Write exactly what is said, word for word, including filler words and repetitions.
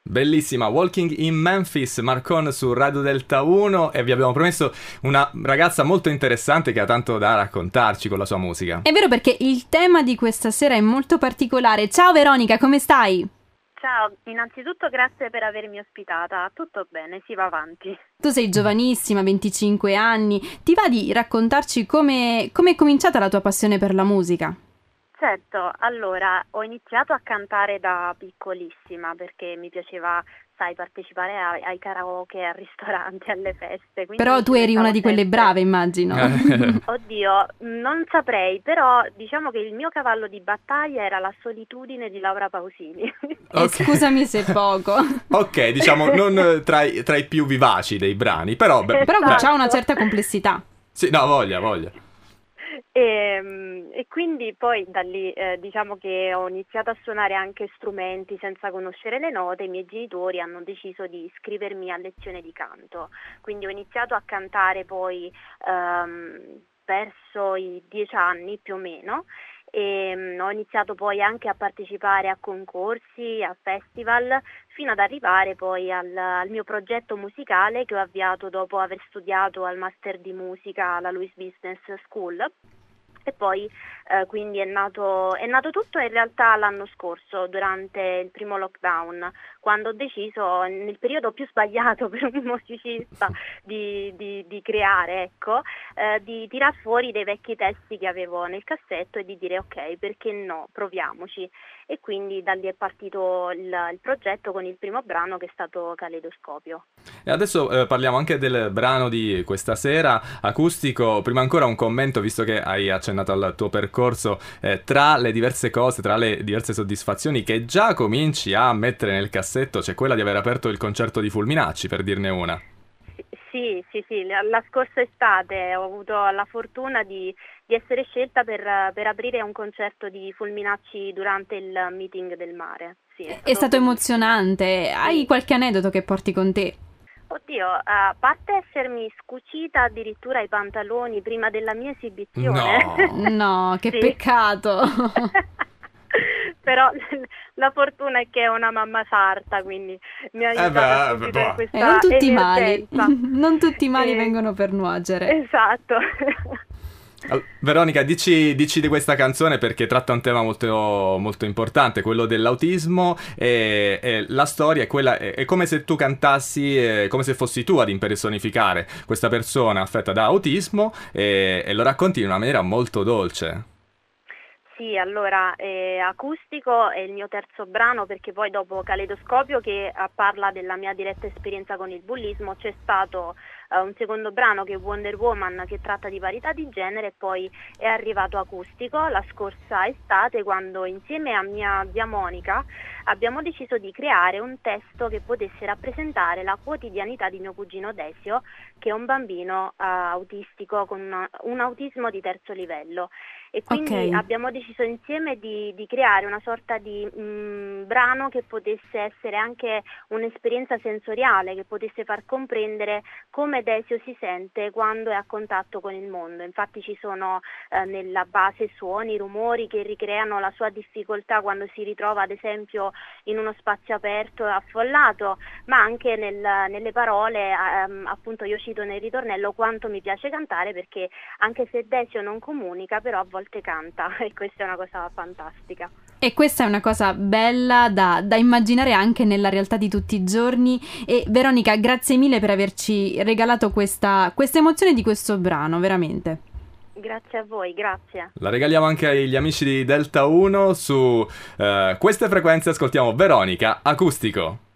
Bellissima, Walking in Memphis, Marcon su Radio Delta uno, e vi abbiamo promesso una ragazza molto interessante che ha tanto da raccontarci con la sua musica. È vero, perché il tema di questa sera è molto particolare. Ciao Veronica, come stai? Ciao, innanzitutto grazie per avermi ospitata, tutto bene, si va avanti. Tu sei giovanissima, venticinque anni, ti va di raccontarci come come è cominciata la tua passione per la musica? Certo, allora ho iniziato a cantare da piccolissima perché mi piaceva, sai, partecipare ai, ai karaoke, al ristorante, alle feste. Quindi Però tu eri una di quelle sempre... brave, immagino. Oddio, non saprei, però diciamo che il mio cavallo di battaglia era La solitudine di Laura Pausini. Okay. Scusami se poco. Ok, diciamo non tra i, tra i più vivaci dei brani, però... Beh, però esatto. c'ha una certa complessità. Sì, no, voglia, voglia. E, e quindi poi da lì eh, diciamo che ho iniziato a suonare anche strumenti senza conoscere le note. I miei genitori hanno deciso di iscrivermi a lezione di canto, quindi ho iniziato a cantare poi ehm, verso i dieci anni più o meno, e um, ho iniziato poi anche a partecipare a concorsi, a festival, fino ad arrivare poi al, al mio progetto musicale che ho avviato dopo aver studiato al Master di Musica alla Louis Business School. E poi eh, quindi è nato, è nato tutto in realtà l'anno scorso, durante il primo lockdown, quando ho deciso, nel periodo più sbagliato per un musicista di, di, di creare, ecco, eh, di tirar fuori dei vecchi testi che avevo nel cassetto e di dire ok, perché no, proviamoci. E quindi da lì è partito il, il progetto con il primo brano, che è stato Caleidoscopio. E adesso eh, parliamo anche del brano di questa sera, acustico. Prima ancora un commento, visto che hai accennato al tuo percorso, eh, tra le diverse cose, tra le diverse soddisfazioni che già cominci a mettere nel cassetto, c'è quella di aver aperto il concerto di Fulminacci, per dirne una. Sì, sì, sì, la, la scorsa estate ho avuto la fortuna di, di essere scelta per, per aprire un concerto di Fulminacci durante il meeting del mare. Sì, è stato, è stato emozionante. Hai qualche aneddoto che porti con te? Oddio, a parte essermi scucita addirittura i pantaloni prima della mia esibizione. No, no, che sì. Peccato. Però la fortuna è che è una mamma sarta, quindi mi ha aiutato eh beh, in questa eh, non tutti i mali, emergenza. non tutti i mali Eh, vengono per nuocere. Esatto. Veronica, dici, dici di questa canzone, perché tratta un tema molto, molto importante, quello dell'autismo, e, e la storia è quella, è, è come se tu cantassi, è come se fossi tu ad impersonificare questa persona affetta da autismo, e, e lo racconti in una maniera molto dolce. Sì, allora, eh, Acustico è il mio terzo brano, perché poi dopo Caleidoscopio, che eh, parla della mia diretta esperienza con il bullismo, c'è stato eh, un secondo brano che è Wonder Woman, che tratta di parità di genere, e poi è arrivato Acustico la scorsa estate, quando insieme a mia zia Monica abbiamo deciso di creare un testo che potesse rappresentare la quotidianità di mio cugino Desio, che è un bambino uh, autistico con una, un autismo di terzo livello. E quindi Okay. abbiamo deciso insieme di, di creare una sorta di mh, brano che potesse essere anche un'esperienza sensoriale, che potesse far comprendere come Desio si sente quando è a contatto con il mondo. Infatti ci sono eh, nella base suoni, rumori che ricreano la sua difficoltà quando si ritrova ad esempio in uno spazio aperto e affollato, ma anche nel, nelle parole, ehm, appunto io cito nel ritornello quanto mi piace cantare, perché anche se Desio non comunica, però a volte canta, e questa è una cosa fantastica. E questa è una cosa bella da, da immaginare anche nella realtà di tutti i giorni. E Veronica, grazie mille per averci regalato questa, questa emozione di questo brano, veramente. Grazie a voi, grazie. La regaliamo anche agli amici di Delta uno. Su uh, queste frequenze ascoltiamo Veronica, Acustico.